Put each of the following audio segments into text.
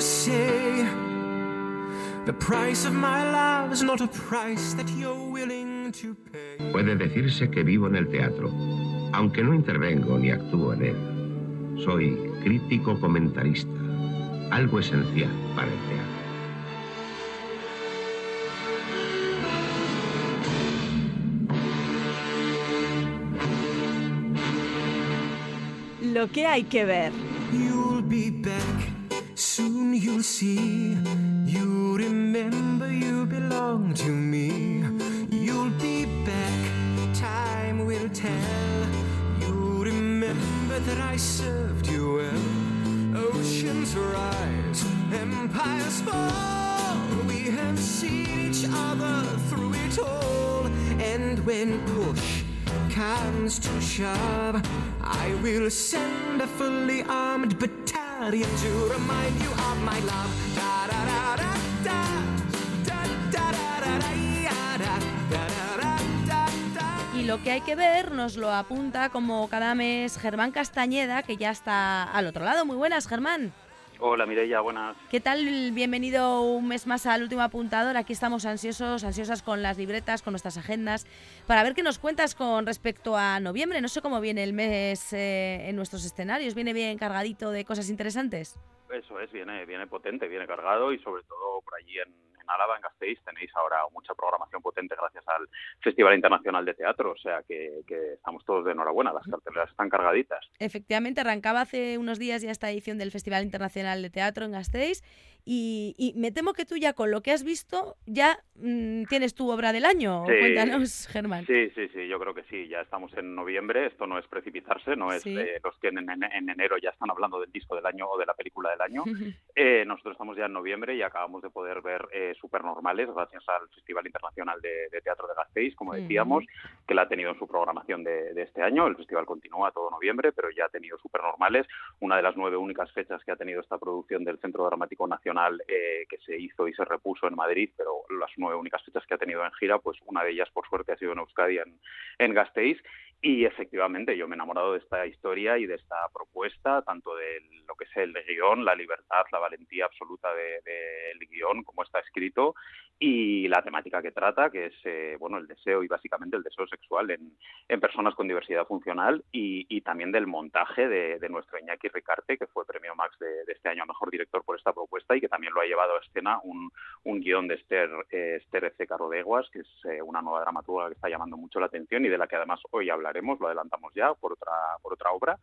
say the price of my love is not a price that you're willing to pay. Puede decirse que vivo en el teatro, aunque no intervengo ni actúo en él. Soy crítico comentarista, algo esencial para el teatro. Lo que hay que ver. You'll be back, soon you'll see. You remember you belong to me. You'll be back, time will tell. You remember that I served you well. Oceans rise, empires fall. We have seen each other through it all. And when push comes to shove, I will send a fully armed battalion to remind you of my love. Da da da da da da da da da da da da da. Y lo que hay que ver nos lo apunta como cada mes Germán Castañeda, que ya está al otro lado. Muy buenas, Germán. Hola Mireia, buenas. ¿Qué tal? Bienvenido un mes más al Último Apuntador. Aquí estamos ansiosas con las libretas, con nuestras agendas, para ver qué nos cuentas con respecto a noviembre. No sé cómo viene el mes en nuestros escenarios. ¿Viene bien cargadito de cosas interesantes? Eso es, viene potente, viene cargado y sobre todo por allí en Álava, en Gasteiz, tenéis ahora mucha programación potente gracias al Festival Internacional de Teatro, o sea que estamos todos de enhorabuena, las carteleras están cargaditas. Efectivamente, arrancaba hace unos días ya esta edición del Festival Internacional de Teatro en Gasteiz y me temo que tú ya con lo que has visto ya tienes tu obra del año. Sí, cuéntanos, Germán. Sí, yo creo que sí, ya estamos en noviembre, esto no es precipitarse, no es los que en enero ya están hablando del disco del año o de la película del año. Nosotros estamos ya en noviembre y acabamos de poder ver Supernormales gracias al Festival Internacional de Teatro de Gasteiz, como decíamos, que la ha tenido en su programación de este año. El festival continúa todo noviembre, pero ya ha tenido Supernormales, una de las 9 únicas fechas que ha tenido esta producción del Centro Dramático Nacional, que se hizo y se repuso en Madrid, pero las 9 únicas fechas que ha tenido en gira, pues una de ellas por suerte ha sido en Euskadi, en Gasteiz. Y efectivamente yo me he enamorado de esta historia y de esta propuesta, tanto de lo que es el guión, la libertad, la valentía absoluta del guión, como está escrito, y la temática que trata, que es el deseo y básicamente el deseo sexual en personas con diversidad funcional, y también del montaje de nuestro Iñaki Ricarte, que fue premio Max de este año a Mejor Director por esta propuesta y que también lo ha llevado a escena un guión de Esther F. Carrodeguas, que es una nueva dramaturga que está llamando mucho la atención y de la que además hoy hablaremos, lo adelantamos ya, por otra obra.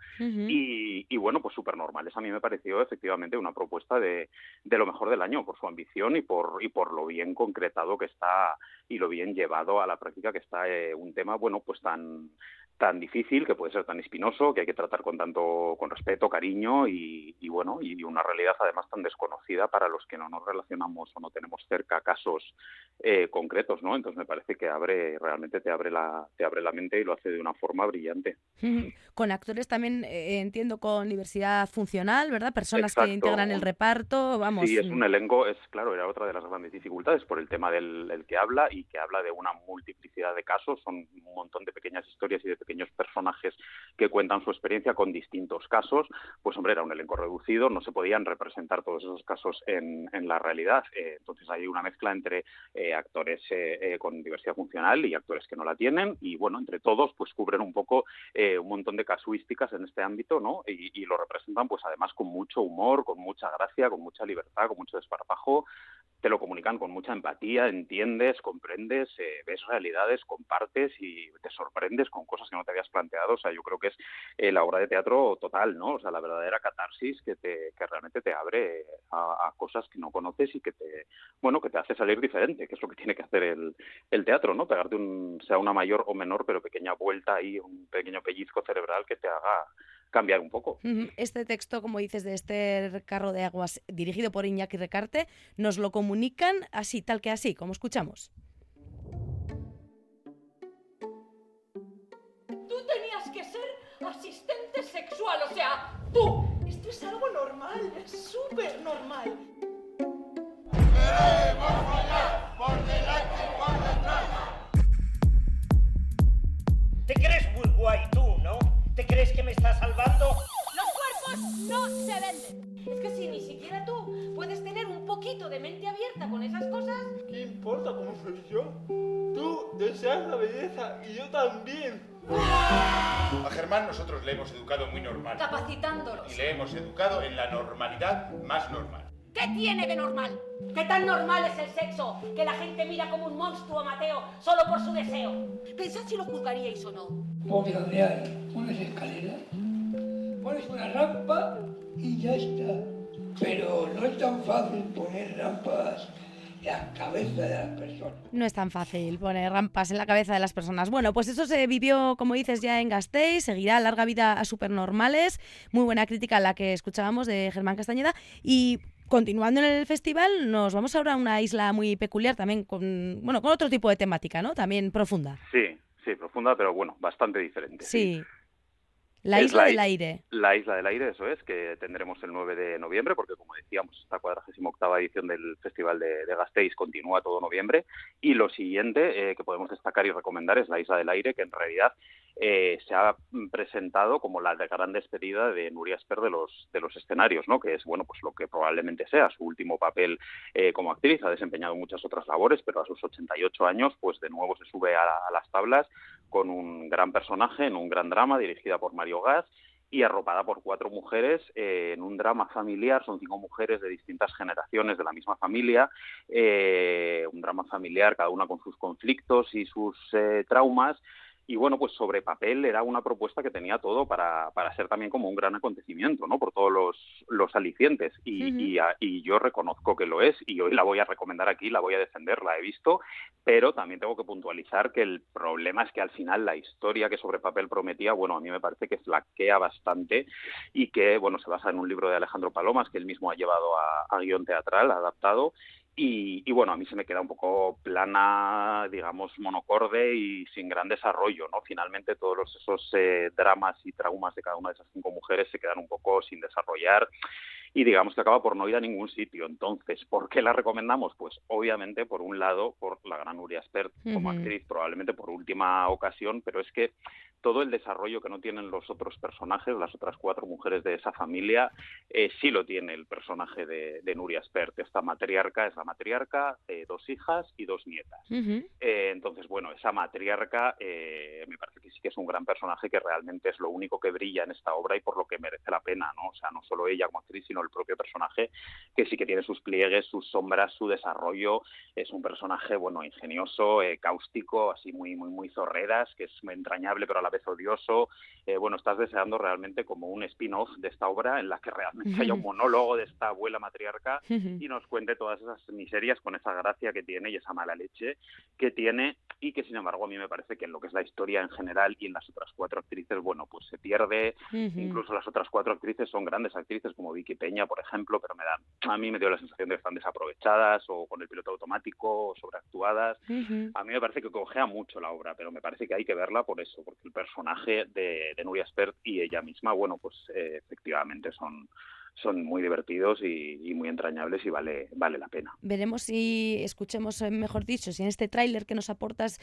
Y bueno, pues Supernormales a mí me pareció efectivamente una propuesta de lo mejor del año, por su ambición y por lo bien concretado que está y lo bien llevado a la práctica que está un tema, bueno, pues tan difícil, que puede ser tan espinoso, que hay que tratar con respeto, cariño y una realidad además tan desconocida para los que no nos relacionamos o no tenemos cerca casos concretos, ¿no? Entonces me parece que realmente te abre la mente y lo hace de una forma brillante. Con actores también, entiendo, con diversidad funcional, ¿verdad? Personas Exacto. que integran el reparto, vamos. Sí, es un elenco, claro, era otra de las grandes dificultades por el tema del que habla y que habla de una multiplicidad de casos, son un montón de pequeñas historias y de pequeños personajes que cuentan su experiencia con distintos casos. Pues hombre, era un elenco reducido, no se podían representar todos esos casos en la realidad, entonces hay una mezcla entre actores con diversidad funcional y actores que no la tienen, y bueno, entre todos pues cubren un poco un montón de casuísticas en este ámbito, ¿no? Y lo representan pues además con mucho humor, con mucha gracia, con mucha libertad, con mucho desparpajo. Te lo comunican con mucha empatía, entiendes, comprendes, ves realidades, compartes y te sorprendes con cosas que no te habías planteado. O sea, yo creo que es la obra de teatro total, ¿no? O sea, la verdadera catarsis que realmente te abre a cosas que no conoces y que te hace salir diferente, que es lo que tiene que hacer el teatro, ¿no? Pegarte sea una mayor o menor, pero pequeña vuelta y un pequeño pellizco cerebral que te haga cambiar un poco. Este texto, como dices, de Esther Carrodeguas, dirigido por Iñaki Ricarte, nos lo comunican así, tal que así, como escuchamos. Tú tenías que ser asistente sexual, o sea, tú. Esto es algo normal, es súper normal. ¡Queremos follar por delante y por detrás! Te crees muy guay tú, ¿no? ¿Te crees que me estás salvando? Los cuerpos no se venden. Es que si ni siquiera tú puedes tener un poquito de mente abierta con esas cosas. ¿Qué importa cómo soy yo? Tú deseas la belleza y yo también. A Germán nosotros le hemos educado muy normal. Capacitándolos. Y le hemos educado en la normalidad más normal. ¿Qué tiene de normal? ¿Qué tan normal es el sexo que la gente mira como un monstruo a Mateo solo por su deseo? Pensad si lo juzgaríais o no. Porque donde hay unas escaleras, pones una rampa y ya está. Pero no es tan fácil poner rampas en la cabeza de las personas. No es tan fácil poner rampas en la cabeza de las personas. Bueno, pues eso se vivió, como dices, ya en Gasteiz. Seguirá Larga vida a Supernormales. Muy buena crítica la que escuchábamos de Germán Castañeda. Y continuando en el festival, nos vamos ahora a una isla muy peculiar también con otro tipo de temática, ¿no? También profunda. Sí, profunda, pero bueno, bastante diferente. Sí. La Isla del Aire. La Isla del Aire, eso es, que tendremos el 9 de noviembre, porque como decíamos, esta 48ª edición del Festival de Gasteiz continúa todo noviembre, y lo siguiente que podemos destacar y recomendar es la Isla del Aire, que en realidad se ha presentado como la gran despedida de Nuria Espert de los escenarios, ¿no? Que es, bueno, pues lo que probablemente sea su último papel como actriz. Ha desempeñado muchas otras labores, pero a sus 88 años, pues de nuevo se sube a las tablas con un gran personaje en un gran drama dirigida por Mario Gas y arropada por 4 mujeres en un drama familiar. Son 5 mujeres de distintas generaciones de la misma familia, un drama familiar, cada una con sus conflictos y sus traumas. Y bueno, pues sobre papel era una propuesta que tenía todo para ser también como un gran acontecimiento, ¿no? Por todos los alicientes. Y yo reconozco que lo es, y hoy la voy a recomendar aquí, la voy a defender, la he visto, pero también tengo que puntualizar que el problema es que al final la historia que sobre papel prometía, bueno, a mí me parece que flaquea bastante y que, bueno, se basa en un libro de Alejandro Palomas que él mismo ha llevado a guión teatral, adaptado. Y bueno, a mí se me queda un poco plana, digamos, monocorde y sin gran desarrollo, ¿no? Finalmente todos esos dramas y traumas de cada una de esas 5 mujeres se quedan un poco sin desarrollar y digamos que acaba por no ir a ningún sitio. Entonces, ¿por qué la recomendamos? Pues obviamente, por un lado, por la gran Nuria Espert como actriz, probablemente por última ocasión, pero es que todo el desarrollo que no tienen los otros personajes, las otras 4 mujeres de esa familia, sí lo tiene el personaje de Nuria Espert. Esta matriarca es la matriarca, 2 hijas y 2 nietas. Entonces, bueno, esa matriarca me parece que sí que es un gran personaje que realmente es lo único que brilla en esta obra y por lo que merece la pena, ¿no? O sea, no solo ella como actriz, sino el propio personaje, que sí que tiene sus pliegues, sus sombras, su desarrollo. Es un personaje, bueno, ingenioso, cáustico, así muy zorreras, que es entrañable pero a la vez odioso. Bueno, estás deseando realmente como un spin-off de esta obra en la que realmente haya un monólogo de esta abuela matriarca y nos cuente todas esas miserias con esa gracia que tiene y esa mala leche que tiene, y que sin embargo a mí me parece que en lo que es la historia en general y en las otras 4 actrices, bueno, pues se pierde. Incluso las otras 4 actrices son grandes actrices como Vicky Peña, por ejemplo, pero a mí me dio la sensación de que están desaprovechadas o con el piloto automático o sobreactuadas. A mí me parece que cojea mucho la obra, pero me parece que hay que verla por eso, porque el personaje de Nuria Espert y ella misma, bueno, pues efectivamente son muy divertidos y muy entrañables y vale la pena. Veremos si escuchemos, mejor dicho, si en este tráiler que nos aportas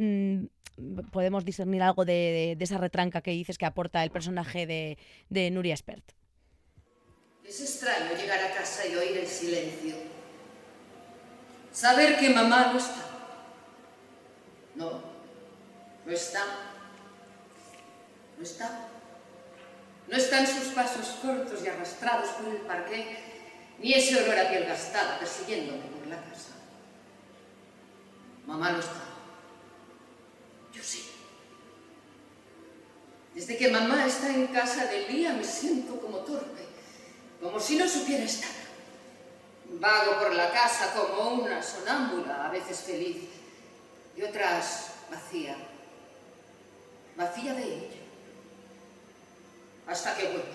podemos discernir algo de esa retranca que dices que aporta el personaje de Nuria Espert. Es extraño llegar a casa y oír el silencio. Saber que mamá no está. No está. No está. No están sus pasos cortos y arrastrados por el parqué, ni ese olor a piel gastada persiguiéndome por la casa. Mamá no está. Yo sí. Desde que mamá está en casa del día me siento como torpe, como si no supiera estar. Vago por la casa como una sonámbula, a veces feliz, y otras vacía. Vacía de ella. Hasta que vuelva.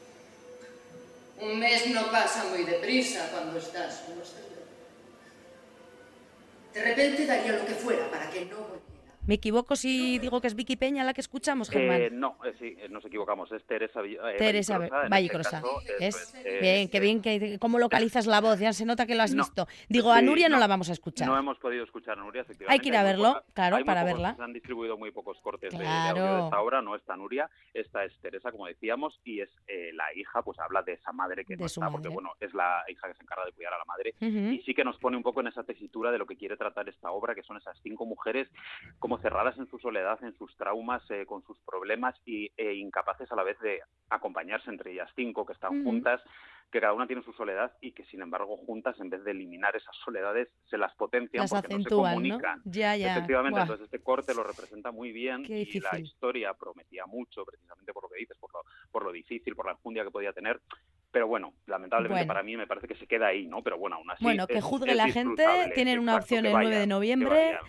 Un mes no pasa muy deprisa cuando estás como estoy yo. De repente daría lo que fuera para que no volviera. ¿Me equivoco si digo que es Vicky Peña la que escuchamos, Germán? No, sí, nos equivocamos, es Teresa Vallicrosa. Bien, qué bien, cómo localizas la voz, ya se nota que lo has visto. Digo, a Nuria no la vamos a escuchar. No hemos podido escuchar a Nuria, efectivamente. Hay que ir a verlo, claro, para verla. Se han distribuido muy pocos cortes de audio de esta obra, no está Nuria, esta es Teresa, como decíamos, y es la hija, pues habla de esa madre que no está, porque bueno, es la hija que se encarga de cuidar a la madre, y sí que nos pone un poco en esa tesitura de lo que quiere tratar esta obra, que son esas 5 mujeres como cerradas en su soledad, en sus traumas, con sus problemas e incapaces a la vez de acompañarse entre ellas 5 que están juntas, que cada una tiene su soledad y que sin embargo juntas, en vez de eliminar esas soledades, se las potencian, las porque acentúan, no se comunican. ¿No? Ya. Efectivamente, entonces este corte lo representa muy bien y la historia prometía mucho, precisamente por lo que dices, por lo difícil, por la enjundia que podía tener. Pero bueno, lamentablemente para mí me parece que se queda ahí, ¿no? Pero bueno, aún así que juzgue la gente, tienen una opción el 9 de noviembre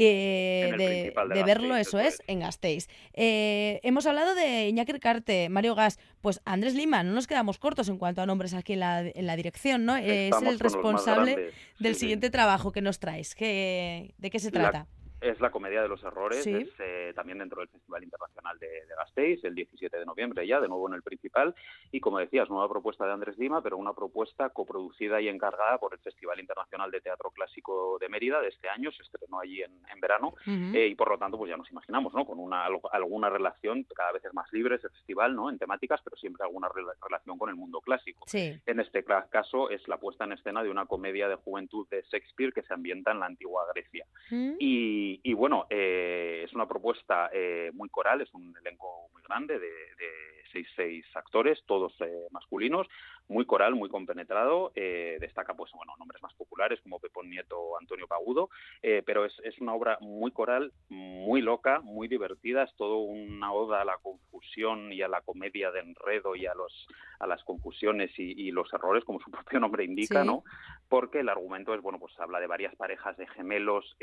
de verlo, eso es, en Gasteiz. Hemos hablado de Iñaki Ricarte, Mario Gas, pues Andrés Lima, no nos quedamos cortos en cuanto a nombres aquí en la dirección, ¿no? Es el responsable del siguiente trabajo que nos traes. ¿De qué se trata? Es La comedia de los errores, es también dentro del Festival Internacional de Gasteiz, el 17 de noviembre ya, de nuevo en el Principal, y como decías, nueva propuesta de Andrés Lima, pero una propuesta coproducida y encargada por el Festival Internacional de Teatro Clásico de Mérida de este año, se estrenó allí en verano, y por lo tanto pues ya nos imaginamos, ¿no? Con alguna relación, cada vez es más libre ese festival, ¿no? En temáticas, pero siempre alguna relación con el mundo clásico. Sí. En este caso es la puesta en escena de una comedia de juventud de Shakespeare que se ambienta en la antigua Grecia. Y bueno, es una propuesta muy coral, es un elenco muy grande de 6 actores, todos masculinos, muy coral, muy compenetrado, destaca pues bueno nombres más populares como Pepón Nieto o Antonio Pagudo, pero es una obra muy coral, muy loca, muy divertida, es todo una oda a la confusión y a la comedia de enredo y a las confusiones y los errores, como su propio nombre indica, ¿no? Porque el argumento es, bueno, pues habla de varias parejas de gemelos,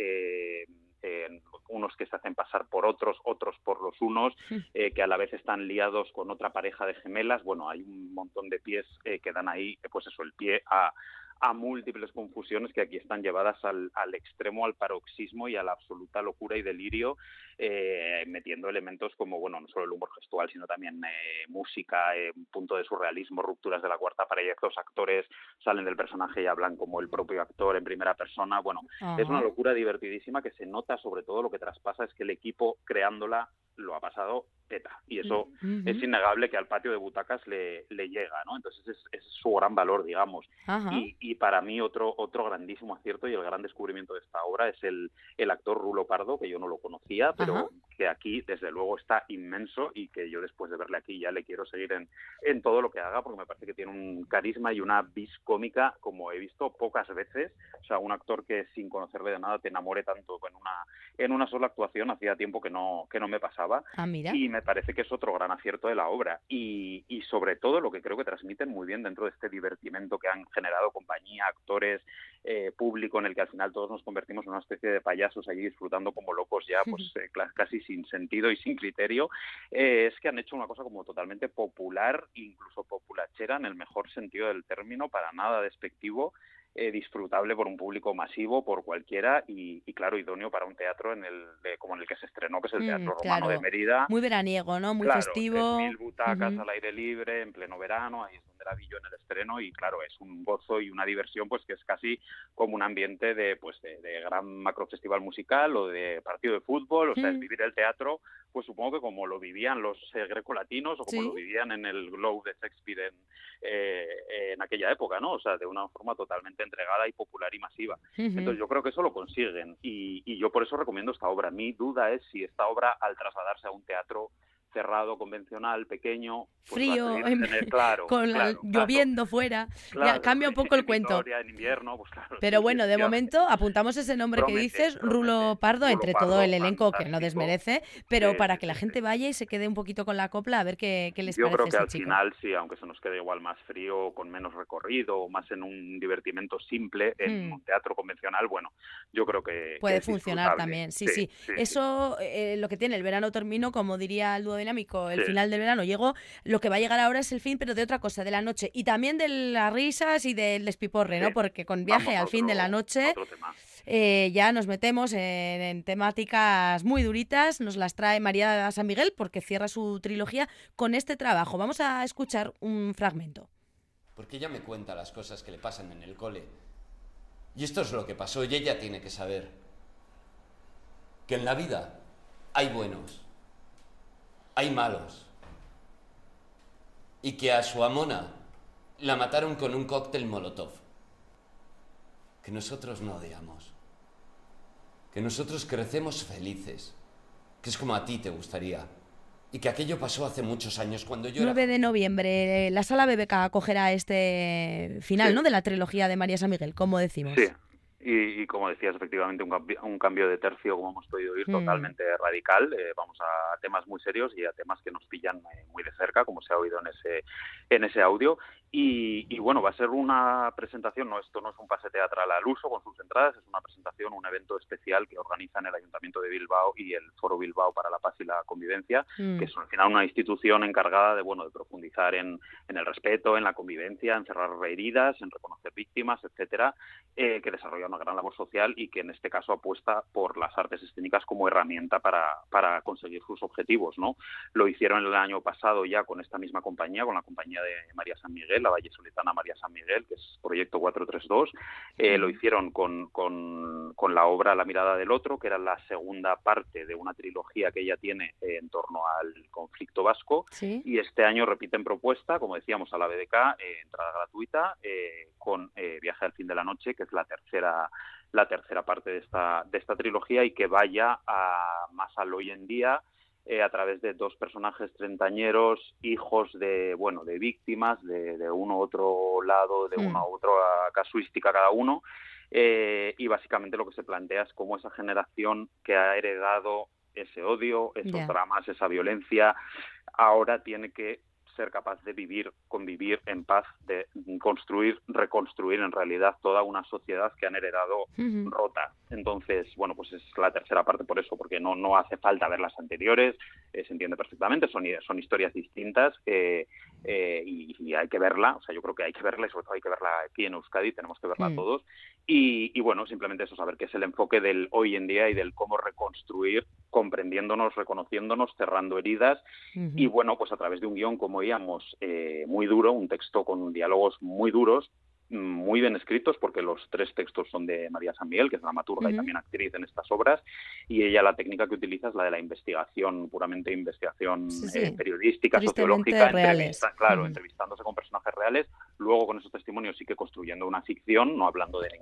unos que se hacen pasar por otros por los unos, que a la vez están liados con otra pareja de gemelas. Bueno, hay un montón de pies que dan ahí, pues eso, el pie a múltiples confusiones que aquí están llevadas al extremo, al paroxismo y a la absoluta locura y delirio, metiendo elementos como, bueno, no solo el humor gestual, sino también música, un punto de surrealismo, rupturas de la cuarta pared. Los actores salen del personaje y hablan como el propio actor en primera persona. Bueno, es una locura divertidísima que se nota, sobre todo lo que traspasa es que el equipo creándola lo ha pasado teta, y eso es innegable, que al patio de butacas le llega, ¿no? Entonces es su gran valor, digamos. Y para mí otro grandísimo acierto y el gran descubrimiento de esta obra es el actor Rulo Pardo, que yo no lo conocía, pero que aquí desde luego está inmenso, y que yo después de verle aquí ya le quiero seguir en todo lo que haga, porque me parece que tiene un carisma y una vis cómica como he visto pocas veces. O sea, un actor que sin conocerle de nada te enamore tanto en una sola actuación, hacía tiempo que no me pasaba. Mira. Y me parece que es otro gran acierto de la obra, y sobre todo lo que creo que transmiten muy bien dentro de este divertimento que han generado compañía, actores, público, en el que al final todos nos convertimos en una especie de payasos allí disfrutando como locos ya, pues casi sin sentido y sin criterio, es que han hecho una cosa como totalmente popular, incluso populachera en el mejor sentido del término, para nada despectivo, disfrutable por un público masivo, por cualquiera, y claro, idóneo para un teatro como en el que se estrenó, que es el Teatro Romano de Mérida. Muy veraniego, ¿no? Muy festivo. 3.000 butacas al aire libre, en pleno verano, ahí es donde la vi yo en el estreno, y claro, es un gozo y una diversión pues que es casi como un ambiente de gran macrofestival musical o de partido de fútbol, o sea, es vivir el teatro, pues supongo que como lo vivían los grecolatinos o como lo vivían en el Globe de Shakespeare en aquella época, ¿no? O sea, de una forma totalmente entregada y popular y masiva. Entonces yo creo que eso lo consiguen, y yo por eso recomiendo esta obra. Mi duda es si esta obra, al trasladarse a un teatro cerrado, convencional, pequeño, pues frío, claro, lloviendo fuera, ya cambia un poco el cuento. En invierno, pues claro, pero bueno, de momento apuntamos ese nombre que dices, Rulo Pardo, entre todo el elenco, que no desmerece, pero para que la gente vaya y se quede un poquito con la copla, a ver qué les parece. Yo creo que al chico. final sí, aunque se nos quede igual más frío, con menos recorrido, o más en un divertimento simple, en un teatro convencional, bueno, yo creo que puede es funcionar también, sí. Eso, lo que tiene, el verano terminó, como diría el dúo dinámico, el final del verano llegó, lo que va a llegar ahora es el fin, pero de otra cosa, de la noche, y también de las risas y del despiporre, ¿no? Porque con Viaje al fin de la noche ya nos metemos en temáticas muy duritas. Nos las trae María San Miguel porque cierra su trilogía con este trabajo. Vamos a escuchar un fragmento. Porque ella me cuenta las cosas que le pasan en el cole. Y esto es lo que pasó y ella tiene que saber que en la vida hay buenos, hay malos. Y que a su amona la mataron con un cóctel molotov. Que nosotros no odiamos. Que nosotros crecemos felices. Que es como a ti te gustaría. Y que aquello pasó hace muchos años cuando yo 9 de noviembre, la Sala BBK acogerá este final, ¿no?, de la trilogía de María San Miguel, como decimos. Sí. Y como decías, efectivamente, un cambio de tercio, como hemos podido oír, totalmente radical. Vamos a temas muy serios y a temas que nos pillan muy de cerca, como se ha oído en ese audio. Y bueno, va a ser una presentación, esto no es un pase teatral al uso con sus entradas, es una presentación, un evento especial que organizan el Ayuntamiento de Bilbao y el Foro Bilbao para la Paz y la Convivencia, que es al final una institución encargada de profundizar en el respeto, en la convivencia, en cerrar heridas, en reconocer víctimas, etcétera, que desarrolla una gran labor social y que en este caso apuesta por las artes escénicas como herramienta para conseguir sus objetivos, ¿no? Lo hicieron el año pasado ya con esta misma compañía, con la compañía de María San Miguel, la vallisoletana María San Miguel, que es Proyecto 432. Lo hicieron con la obra La mirada del otro, que era la segunda parte de una trilogía que ella tiene en torno al conflicto vasco. ¿Sí? Y este año repiten propuesta, como decíamos, a la BBK, entrada gratuita, con Viaje al fin de la noche, que es la tercera parte de esta trilogía y que vaya más al hoy en día, a través de dos personajes treintañeros, hijos de víctimas de uno u otro lado, de una u otra casuística cada uno, y básicamente lo que se plantea es cómo esa generación que ha heredado ese odio, esos dramas, esa violencia, ahora tiene que ser capaz de convivir en paz, de reconstruir en realidad toda una sociedad que han heredado rota. Entonces, pues es la tercera parte por eso, porque no hace falta ver las anteriores, se entiende perfectamente, son historias distintas y hay que verla, o sea, yo creo que hay que verla y sobre todo hay que verla aquí en Euskadi, tenemos que verla todos y simplemente eso, saber qué es el enfoque del hoy en día y del cómo reconstruir, comprendiéndonos, reconociéndonos, cerrando heridas y pues a través de un guión, como veíamos, muy duro, un texto con diálogos muy duros, muy bien escritos, porque los tres textos son de María San Miguel, que es dramaturga y también actriz en estas obras, y ella la técnica que utiliza es la de la investigación, puramente investigación periodística, sociológica, entrevistándose con personajes reales, luego con esos testimonios sí que construyendo una ficción, no hablando de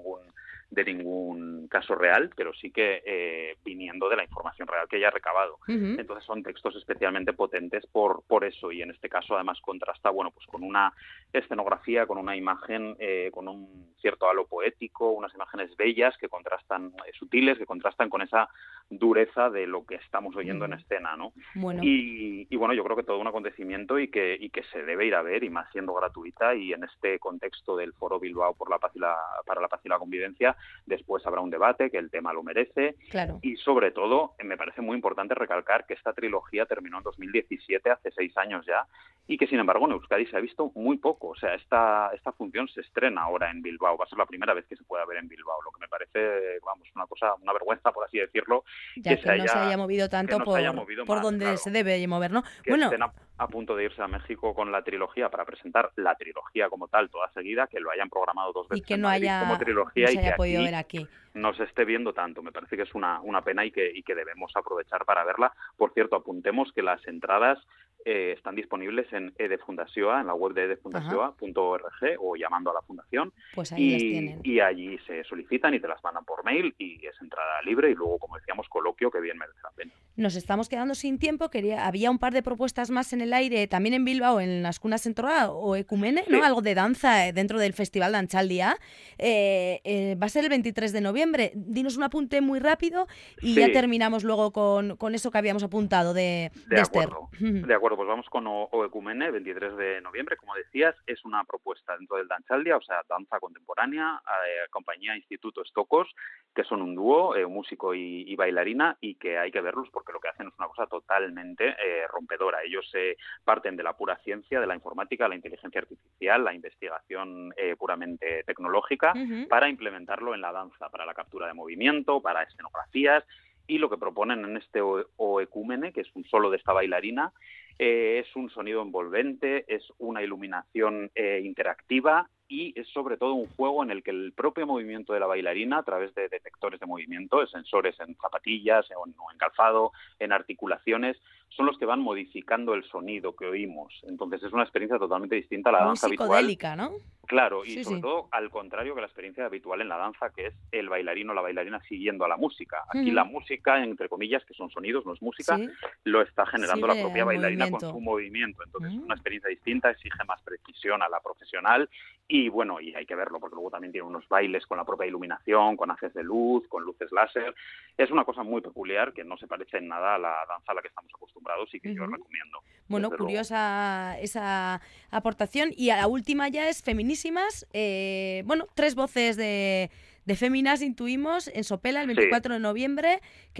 ningún caso real, pero sí que viniendo de la información real que ella ha recabado. Entonces son textos especialmente potentes por eso, y en este caso además contrasta pues con una escenografía, con una imagen, con un cierto halo poético, unas imágenes bellas que contrastan, sutiles, que contrastan con esa dureza de lo que estamos oyendo en escena, ¿no? Y yo creo que todo un acontecimiento y que se debe ir a ver, y más siendo gratuita, y en este contexto del Foro Bilbao para la Paz y la Convivencia, después habrá un debate, que el tema lo merece, y sobre todo me parece muy importante recalcar que esta trilogía terminó en 2017, hace 6 años ya, y que sin embargo en Euskadi se ha visto muy poco. O sea, esta función se estrena ahora en Bilbao, va a ser la primera vez que se pueda ver en Bilbao, lo que me parece, una vergüenza, por así decirlo, que no se haya movido tanto por donde se debe mover, ¿no? Que estén a punto de irse a México con la trilogía para presentar la trilogía como tal, toda seguida, que lo hayan programado 2 veces y que no haya, como trilogía, no se y haya que podido ver aquí no se esté viendo tanto. Me parece que es una pena y que debemos aprovechar para verla. Por cierto, apuntemos que las entradas están disponibles en Edefundazioa, en la web de edefundazioa.org, o llamando a la fundación, pues ahí las tienen. Y allí se solicitan y te las mandan por mail, y es entrada libre, y luego, como decíamos, coloquio, que bien merece la pena. Nos estamos quedando sin tiempo. Había un par de propuestas más en el aire, también en Bilbao, en las Cunas Entroa o Ecumene, ¿no? Algo de danza dentro del Festival Dantzaldia. Va a ser el 23 de noviembre. Dinos un apunte muy rápido y ya terminamos luego con eso que habíamos apuntado de Esther. De acuerdo, pues vamos con Ecumene, 23 de noviembre, como decías, es una propuesta dentro del Dantzaldia, o sea, danza contemporánea, compañía Instituto Stokos, que son un dúo, músico y bailarina, y que hay que verlos porque lo que hacen es una cosa totalmente rompedora. Ellos parten de la pura ciencia, de la informática, la inteligencia artificial, la investigación puramente tecnológica, para implementarlo en la danza, para la captura de movimiento, para escenografías, y lo que proponen en este Oecúmene, que es un solo de esta bailarina, es un sonido envolvente, es una iluminación interactiva y es sobre todo un juego en el que el propio movimiento de la bailarina, a través de detectores de movimiento, de sensores en zapatillas o en calzado, en articulaciones, son los que van modificando el sonido que oímos. Entonces es una experiencia totalmente distinta a la danza habitual. Muy psicodélica, ¿no? Claro, y sobre todo al contrario que la experiencia habitual en la danza, que es el bailarino o la bailarina siguiendo a la música. Aquí la música, entre comillas, que son sonidos, no es música, lo está generando la propia bailarina con su movimiento. Entonces es una experiencia distinta, exige más precisión a la profesional y bueno, y hay que verlo porque luego también tiene unos bailes con la propia iluminación, con haces de luz, con luces láser. Es una cosa muy peculiar que no se parece en nada a la danza a la que estamos acostumbrados y que yo recomiendo. Bueno, curiosa esa aportación. Y a la última ya es Feminísimas. Bueno, 3 voces de féminas intuimos en Sopela el 24 de noviembre,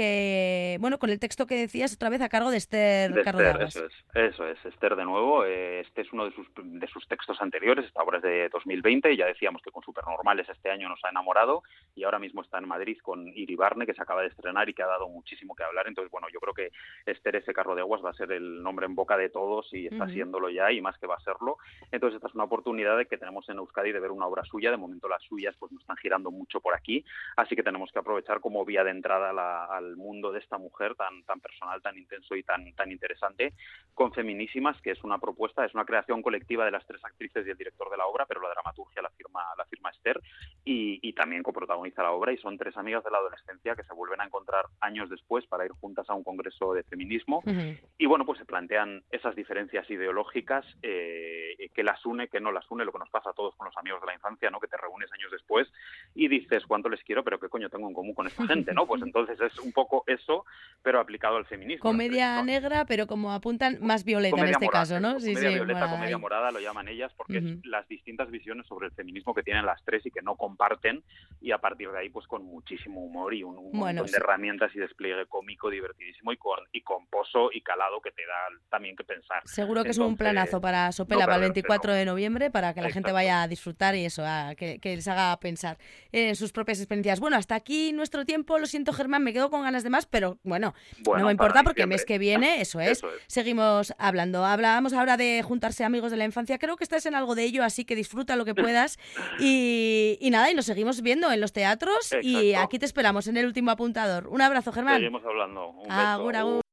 que, bueno, con el texto que decías otra vez a cargo de Esther Carro de Aguas. Eso es, Esther de nuevo. Este es uno de sus textos anteriores, esta obra es de 2020, y ya decíamos que con Supernormales este año nos ha enamorado, y ahora mismo está en Madrid con Iribarne, que se acaba de estrenar y que ha dado muchísimo que hablar. Entonces, bueno, yo creo que Esther ese Carro de Aguas va a ser el nombre en boca de todos y está siéndolo ya, y más que va a serlo. Entonces, esta es una oportunidad de que tenemos en Euskadi de ver una obra suya. De momento las suyas pues no están girando mucho por aquí, así que tenemos que aprovechar como vía de entrada al mundo de esta mujer tan personal, tan intenso y tan interesante, con Feminísimas, que es una propuesta, es una creación colectiva de las 3 actrices y el director de la obra, pero la dramaturgia la firma Esther, y también coprotagoniza la obra, y son 3 amigas de la adolescencia que se vuelven a encontrar años después para ir juntas a un congreso de feminismo, y bueno, pues se plantean esas diferencias ideológicas, que las une, que no las une, lo que nos pasa a todos con los amigos de la infancia, ¿no? Que te reúnes años después y dices cuánto les quiero, pero qué coño tengo en común con esta gente, ¿no? Pues entonces es un poco eso, pero aplicado al feminismo. Comedia negra, pero como apuntan, más violeta en este caso, ¿no? Comedia violeta, comedia morada, lo llaman ellas, porque es las distintas visiones sobre el feminismo que tienen las 3 y que no comparten, y a partir de ahí, pues con muchísimo humor y un montón de herramientas y despliegue cómico divertidísimo y con pozo y calado que te da también que pensar. Seguro que es un planazo para Sopela, para el 24 de noviembre, para que la gente vaya a disfrutar y eso, que les haga pensar en sus propias experiencias. Bueno, hasta aquí nuestro tiempo. Lo siento, Germán, me quedo con ganas de más, pero bueno no me importa porque el mes que viene, eso es, seguimos hablando. Hablábamos ahora de juntarse amigos de la infancia. Creo que estás en algo de ello, así que disfruta lo que puedas. y nada, y nos seguimos viendo en los teatros. Y aquí te esperamos en el último apuntador. Un abrazo, Germán. Seguimos hablando. Un beso. Agur, agur.